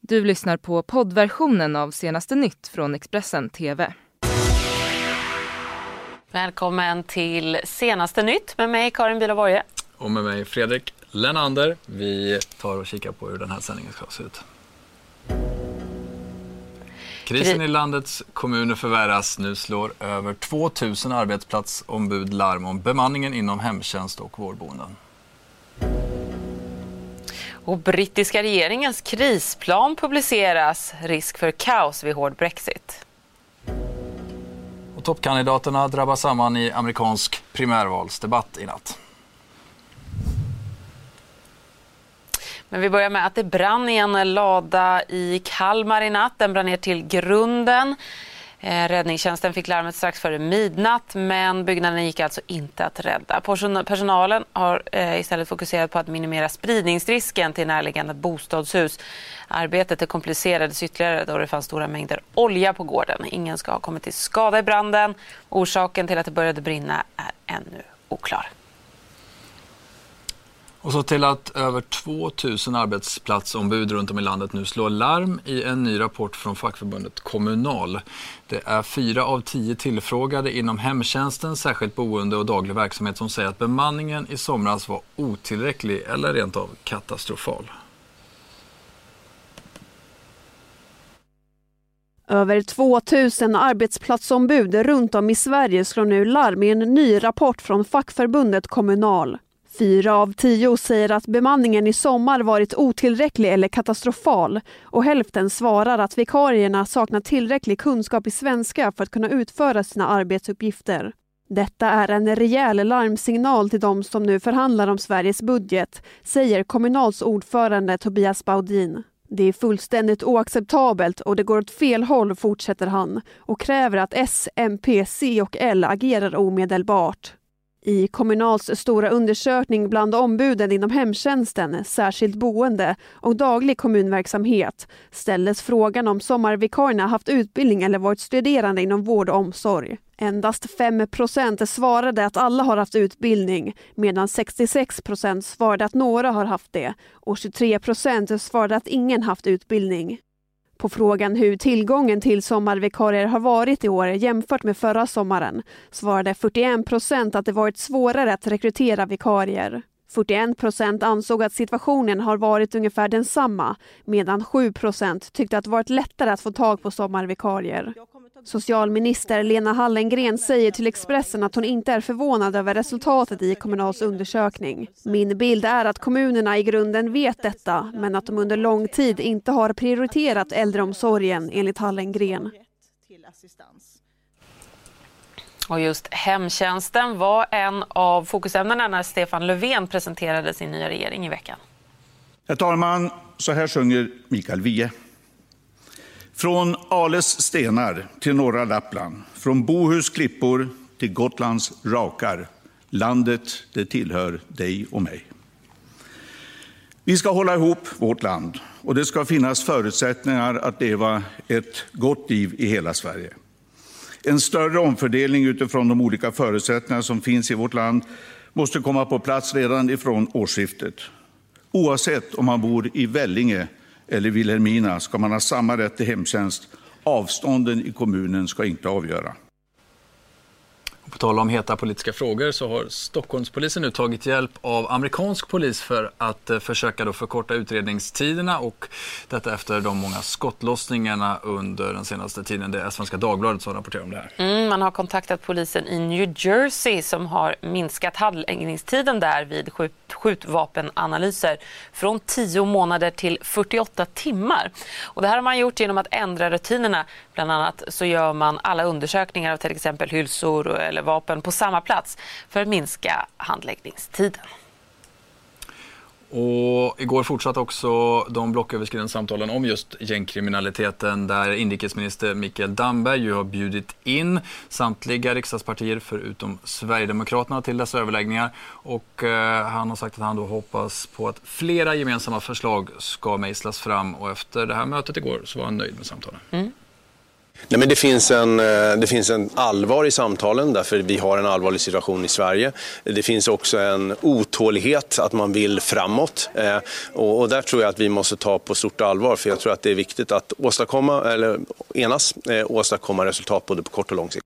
Du lyssnar på poddversionen av Senaste nytt från Expressen TV. Välkommen till Senaste nytt med mig Karin Bilaborge. Och med mig Fredrik Lennander. Vi tar och kikar på hur den här sändningen ska se ut. Krisen i landets kommuner förvärras. Nu slår över 2000 arbetsplatsombud larm om bemanningen inom hemtjänst och vårdboenden. Och brittiska regeringens krisplan publiceras. Risk för kaos vid hård Brexit. Och toppkandidaterna drabbas samman i amerikansk primärvalsdebatt i natt. Men vi börjar med att det brann i en lada i Kalmar i natt. Den brann ner till grunden. Räddningstjänsten fick larmet strax före midnatt, men byggnaden gick alltså inte att rädda. Personalen har istället fokuserat på att minimera spridningsrisken till närliggande bostadshus. Arbetet komplicerades ytterligare då det fanns stora mängder olja på gården. Ingen ska ha kommit till skada i branden. Orsaken till att det började brinna är ännu oklar. Och så till att över 2000 arbetsplatsombud runt om i landet nu slår larm i en ny rapport från fackförbundet Kommunal. Det är 4 av 10 tillfrågade inom hemtjänsten, särskilt boende och daglig verksamhet, som säger att bemanningen i somras var otillräcklig eller rent av katastrofal. Över 2000 arbetsplatsombud runt om i Sverige slår nu larm i en ny rapport från fackförbundet Kommunal. 4 av 10 säger att bemanningen i sommar varit otillräcklig eller katastrofal, och hälften svarar att vikarierna saknar tillräcklig kunskap i svenska för att kunna utföra sina arbetsuppgifter. Detta är en rejäl larmsignal till de som nu förhandlar om Sveriges budget, säger Kommunals ordförande Tobias Baudin. Det är fullständigt oacceptabelt och det går åt fel håll, fortsätter han, och kräver att S, MP, C och L agerar omedelbart. I Kommunals stora undersökning bland ombuden inom hemtjänsten, särskilt boende och daglig kommunverksamhet ställdes frågan om sommarvikarierna haft utbildning eller varit studerande inom vård och omsorg. Endast 5% svarade att alla har haft utbildning, medan 66% svarade att några har haft det och 23% svarade att ingen haft utbildning. På frågan hur tillgången till sommarvikarier har varit i år jämfört med förra sommaren svarade 41% att det varit svårare att rekrytera vikarier. 41% ansåg att situationen har varit ungefär densamma, medan 7% tyckte att det varit lättare att få tag på sommarvikarier. Socialminister Lena Hallengren säger till Expressen att hon inte är förvånad över resultatet i Kommunals undersökning. Min bild är att kommunerna i grunden vet detta, men att de under lång tid inte har prioriterat äldreomsorgen, enligt Hallengren. Och just hemtjänsten var en av fokusämnena när Stefan Löfven presenterade sin nya regering i veckan. Herr talman, så här sjunger Mikael Wiehe. Från Ales stenar till norra Lappland, från Bohus klippor till Gotlands rakar. Landet, det tillhör dig och mig. Vi ska hålla ihop vårt land och det ska finnas förutsättningar att leva ett gott liv i hela Sverige. En större omfördelning utifrån de olika förutsättningar som finns i vårt land måste komma på plats redan ifrån årsskiftet. Oavsett om man bor i Vellinge eller Vilhelmina ska man ha samma rätt till hemtjänst. Avstånden i kommunen ska inte avgöra. På tal om heta politiska frågor så har Stockholmspolisen nu tagit hjälp av amerikansk polis för att försöka då förkorta utredningstiderna, och detta efter de många skottlossningarna under den senaste tiden. Det är Svenska Dagbladet som rapporterar om det här. Man har kontaktat polisen i New Jersey som har minskat handläggningstiden där vid skjutvapenanalyser från 10 månader till 48 timmar. Och det här har man gjort genom att ändra rutinerna. Bland annat så gör man alla undersökningar av till exempel hylsor eller vapen på samma plats för att minska handläggningstiden. Och igår fortsatte också de blocköverskridande samtalen om just gängkriminaliteten, där inrikesminister Mikael Damberg ju har bjudit in samtliga riksdagspartier förutom Sverigedemokraterna till dessa överläggningar, och han har sagt att han då hoppas på att flera gemensamma förslag ska mejslas fram, och efter det här mötet igår så var han nöjd med samtalen. Nej, men det finns en allvar i samtalen därför vi har en allvarlig situation i Sverige. Det finns också en otålighet att man vill framåt och där tror jag att vi måste ta på stort allvar, för jag tror att det är viktigt att åstadkomma resultat både på kort och lång sikt.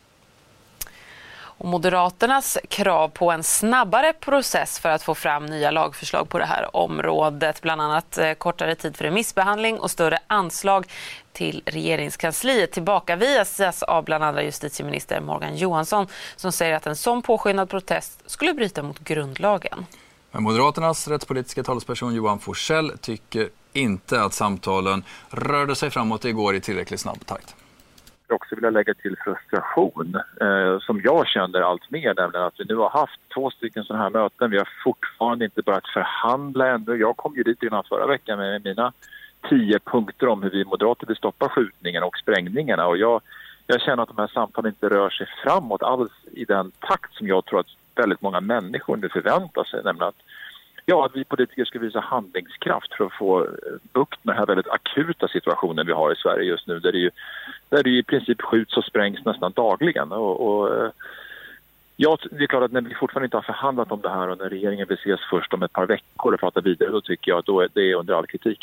Och Moderaternas krav på en snabbare process för att få fram nya lagförslag på det här området, bland annat kortare tid för remissbehandling och större anslag till regeringskansliet, tillbakavisas av bland andra justitieminister Morgan Johansson, som säger att en sån påskyndad protest skulle bryta mot grundlagen. Men Moderaternas rättspolitiska talesperson Johan Forssell tycker inte att samtalen rörde sig framåt igår i tillräckligt snabb takt. Jag också vilja lägga till frustration som jag känner allt mer, nämligen att vi nu har haft 2 sådana här möten. Vi har fortfarande inte börjat förhandla ännu. Jag kom ju dit innan förra veckan med mina 10 punkter om hur vi moderater vill stoppa skjutningen och sprängningarna, och jag känner att de här samtalen inte rör sig framåt alls i den takt som jag tror att väldigt många människor nu förväntar sig, nämligen att vi politiker ska visa handlingskraft för att få bukt med den här väldigt akuta situationen vi har i Sverige just nu, där det i princip skjuts och sprängs nästan dagligen. Det är klart att när vi fortfarande inte har förhandlat om det här och när regeringen vill ses först om ett par veckor och prata vidare, då tycker jag att det är under all kritik.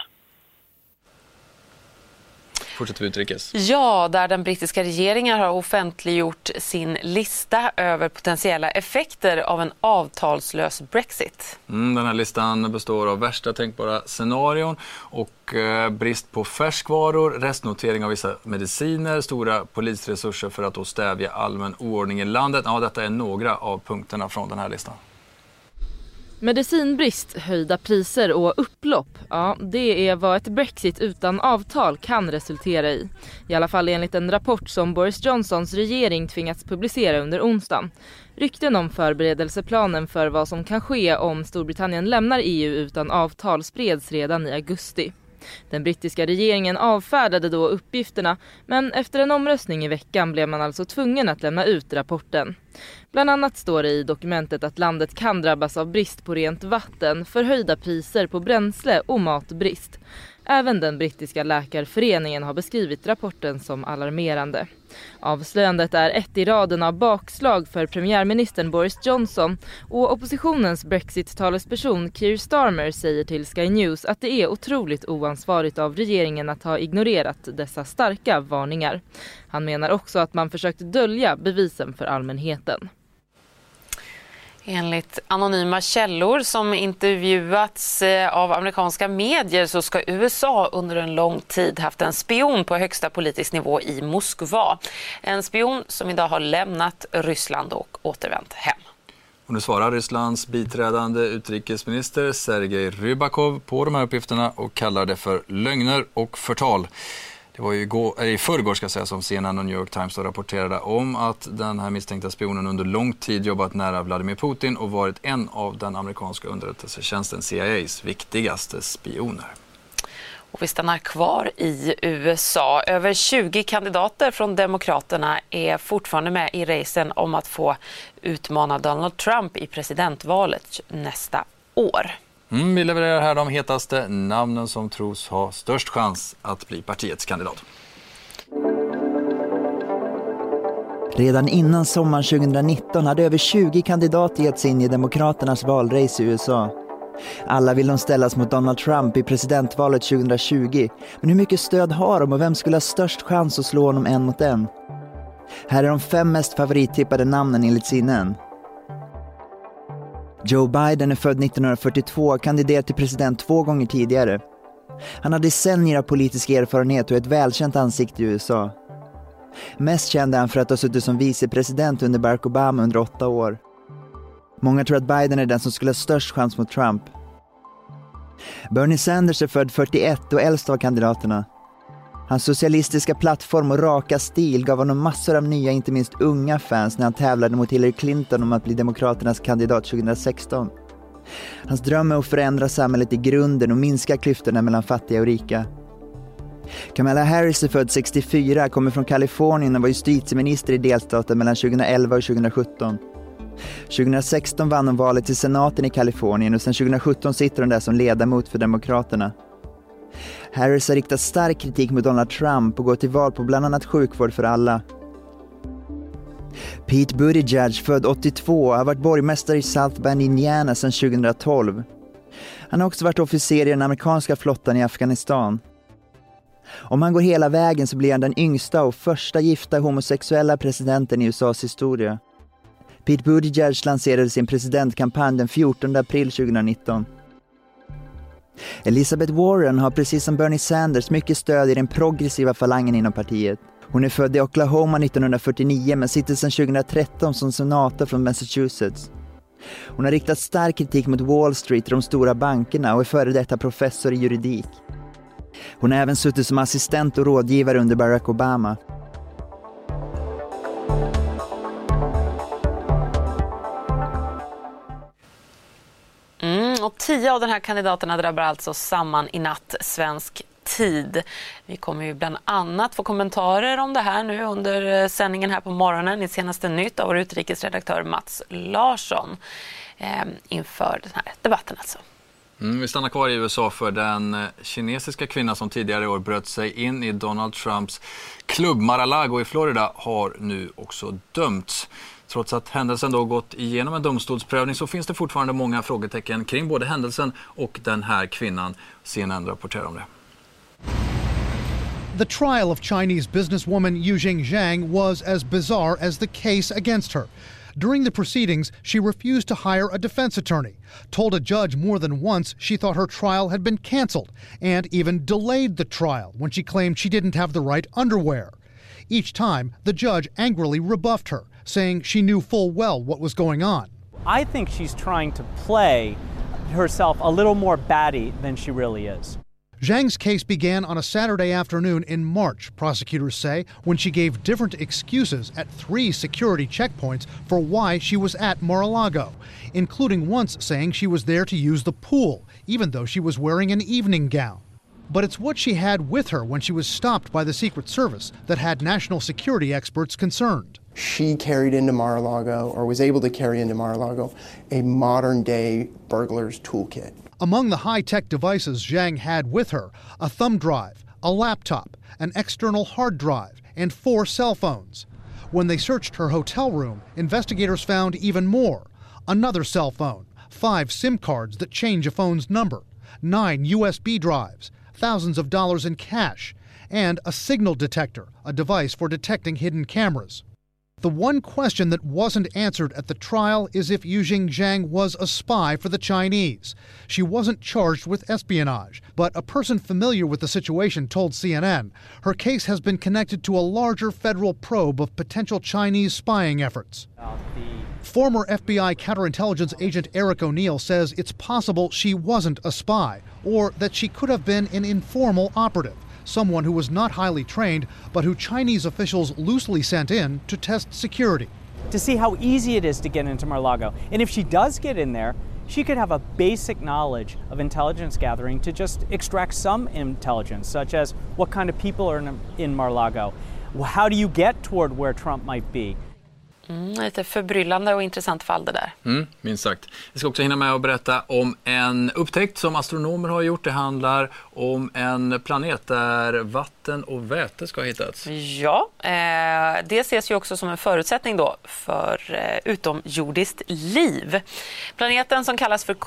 Fortsätter vi utrikes. Ja, där den brittiska regeringen har offentliggjort sin lista över potentiella effekter av en avtalslös Brexit. Den här listan består av värsta tänkbara scenarion och brist på färskvaror, restnotering av vissa mediciner, stora polisresurser för att då stävja allmän oordning i landet. Ja, detta är några av punkterna från den här listan. Medicinbrist, höjda priser och upplopp, ja, det är vad ett Brexit utan avtal kan resultera i. I alla fall enligt en rapport som Boris Johnsons regering tvingats publicera under onsdagen. Rykten om förberedelseplanen för vad som kan ske om Storbritannien lämnar EU utan avtal spreds redan i augusti. Den brittiska regeringen avfärdade då uppgifterna, men efter en omröstning i veckan blev man alltså tvungen att lämna ut rapporten. Bland annat står det i dokumentet att landet kan drabbas av brist på rent vatten, förhöjda priser på bränsle och matbrist. Även den brittiska läkarföreningen har beskrivit rapporten som alarmerande. Avslöjandet är ett i raden av bakslag för premiärministern Boris Johnson, och oppositionens Brexit-talesperson Keir Starmer säger till Sky News att det är otroligt oansvarigt av regeringen att ha ignorerat dessa starka varningar. Han menar också att man försökt dölja bevisen för allmänheten. Enligt anonyma källor som intervjuats av amerikanska medier så ska USA under en lång tid haft en spion på högsta politisk nivå i Moskva. En spion som idag har lämnat Ryssland och återvänt hem. Och nu svarar Rysslands biträdande utrikesminister Sergej Rybakov på de här uppgifterna och kallar det för lögner och förtal. Det var i förrgår ska jag säga, som CNN och New York Times rapporterade om att den här misstänkta spionen under lång tid jobbat nära Vladimir Putin och varit en av den amerikanska underrättelsetjänsten CIAs viktigaste spioner. Och vi stannar kvar i USA. Över 20 kandidater från Demokraterna är fortfarande med i racen om att få utmana Donald Trump i presidentvalet nästa år. Vi levererar här de hetaste namnen som tros ha störst chans att bli partiets kandidat. Redan innan sommaren 2019 hade över 20 kandidater getts in i Demokraternas valrace i USA. Alla vill de ställas mot Donald Trump i presidentvalet 2020. Men hur mycket stöd har de och vem skulle ha störst chans att slå honom en mot en? Här är de 5 mest favorittippade namnen enligt CNN. Joe Biden är född 1942 och kandiderat till president 2 gånger tidigare. Han har decennier av politisk erfarenhet och ett välkänt ansikte i USA. Mest känd är han för att ha suttit som vicepresident under Barack Obama under 8 år. Många tror att Biden är den som skulle ha störst chans mot Trump. Bernie Sanders är född 41 och äldst av kandidaterna. Hans socialistiska plattform och raka stil gav honom massor av nya, inte minst unga fans när han tävlade mot Hillary Clinton om att bli Demokraternas kandidat 2016. Hans dröm är att förändra samhället i grunden och minska klyftorna mellan fattiga och rika. Kamala Harris är född 64, kommer från Kalifornien och var justitieminister i delstaten mellan 2011 och 2017. 2016 vann hon valet till senaten i Kalifornien och sedan 2017 sitter hon där som ledamot för Demokraterna. Harris har riktat stark kritik mot Donald Trump och gått till val på bland annat sjukvård för alla. Pete Buttigieg, född 82, har varit borgmästare i South Bend, Indiana sedan 2012. Han har också varit officer i den amerikanska flottan i Afghanistan. Om han går hela vägen så blir han den yngsta och första gifta homosexuella presidenten i USAs historia. Pete Buttigieg lanserade sin presidentkampanj den 14 april 2019. Elizabeth Warren har precis som Bernie Sanders mycket stöd i den progressiva falangen inom partiet. Hon är född i Oklahoma 1949 men sitter sedan 2013 som senator från Massachusetts. Hon har riktat stark kritik mot Wall Street och de stora bankerna och är före detta professor i juridik. Hon har även suttit som assistent och rådgivare under Barack Obama. Och 10 av den här kandidaterna drabbar alltså samman i natt svensk tid. Vi kommer ju bland annat få kommentarer om det här nu under sändningen här på morgonen i Senaste Nytt av vår utrikesredaktör Mats Larsson inför den här debatten alltså. Vi stannar kvar i USA för den kinesiska kvinna som tidigare i år bröt sig in i Donald Trumps klubb Mar-a-Lago i Florida har nu också dömts. Trots att händelsen då gått igenom en domstolsprövning så finns det fortfarande många frågetecken kring både händelsen och den här kvinnan. CNN rapporterar om det. The trial of Chinese businesswoman Yujing Zhang was as bizarre as the case against her. During the proceedings, she refused to hire a defense attorney, told a judge more than once she thought her trial had been canceled, and even delayed the trial when she claimed she didn't have the right underwear. Each time, the judge angrily rebuffed her, saying she knew full well what was going on. I think she's trying to play herself a little more batty than she really is. Zhang's case began on a Saturday afternoon in March, prosecutors say, when she gave different excuses at 3 security checkpoints for why she was at Mar-a-Lago, including once saying she was there to use the pool, even though she was wearing an evening gown. But it's what she had with her when she was stopped by the Secret Service that had national security experts concerned. She carried into Mar-a-Lago, or was able to carry into Mar-a-Lago, a modern-day burglar's toolkit. Among the high-tech devices Zhang had with her, a thumb drive, a laptop, an external hard drive, and 4 cell phones. When they searched her hotel room, investigators found even more. Another cell phone, 5 SIM cards that change a phone's number, 9 USB drives, thousands of dollars in cash, and a signal detector, a device for detecting hidden cameras. The one question that wasn't answered at the trial is if Yujing Zhang was a spy for the Chinese. She wasn't charged with espionage, but a person familiar with the situation told CNN her case has been connected to a larger federal probe of potential Chinese spying efforts. Former FBI counterintelligence agent Eric O'Neill says it's possible she wasn't a spy, or that she could have been an informal operative. Someone who was not highly trained, but who Chinese officials loosely sent in to test security. To see how easy it is to get into Mar-a-Lago. And if she does get in there, she could have a basic knowledge of intelligence gathering to just extract some intelligence, such as what kind of people are in Mar-a-Lago. How do you get toward where Trump might be? Lite förbryllande och intressant fall det där. Minst sagt. Vi ska också hinna med att berätta om en upptäckt som astronomer har gjort. Det handlar om en planet där vatten och väte ska ha hittats. Ja, det ses ju också som en förutsättning då för utomjordiskt liv. Planeten som kallas för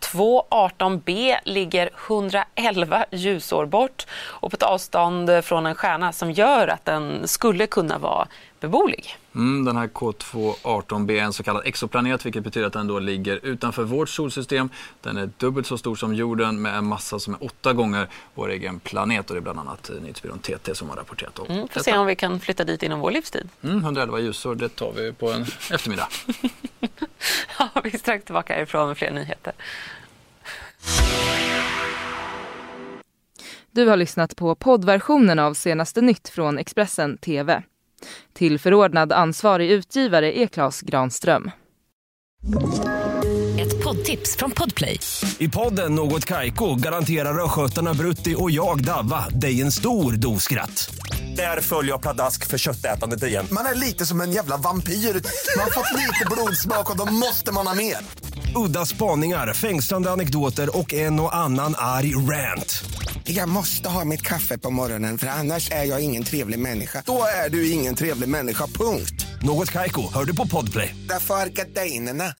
K2-18b ligger 111 ljusår bort och på ett avstånd från en stjärna som gör att den skulle kunna vara beboelig. Den här K2-18b är en så kallad exoplanet, vilket betyder att den då ligger utanför vårt solsystem. Den är dubbelt så stor som jorden med en massa som är 8 gånger vår egen planet, och det är bland annat nyhetsbyrån TT som har rapporterat om Får se om vi kan flytta dit inom vår livstid. 111 ljusår, det tar vi på en eftermiddag. Ja, vi är strax tillbaka härifrån med fler nyheter. Du har lyssnat på poddversionen av Senaste Nytt från Expressen TV. Till förordnad ansvarig utgivare är Claes Granström. Ett poddtips från Podplay. I podden Något Kaiko garanterar röskötarna Brutti och jag Davva dig en stor doskratt. Där följer jag pladask för köttätandet igen. Man är lite som en jävla vampyr. Man har fått lite blodsmak och då måste man ha mer. Udda spaningar, fängslande anekdoter och en och annan arg rant. Jag måste ha mitt kaffe på morgonen för annars är jag ingen trevlig människa. Då är du ingen trevlig människa, punkt. Något Kaiko, hör du på Podplay. Därför är gardinerna.